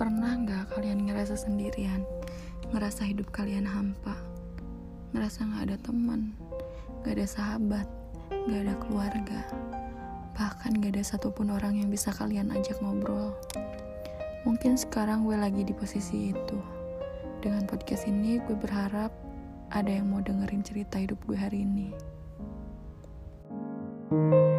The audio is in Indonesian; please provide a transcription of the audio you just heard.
Pernah gak kalian ngerasa sendirian? Ngerasa hidup kalian hampa? Ngerasa gak ada teman, gak ada sahabat, gak ada keluarga, bahkan gak ada satupun orang yang bisa kalian ajak ngobrol? Mungkin sekarang gue lagi di posisi itu. Dengan podcast ini gue berharap ada yang mau dengerin cerita hidup gue hari ini.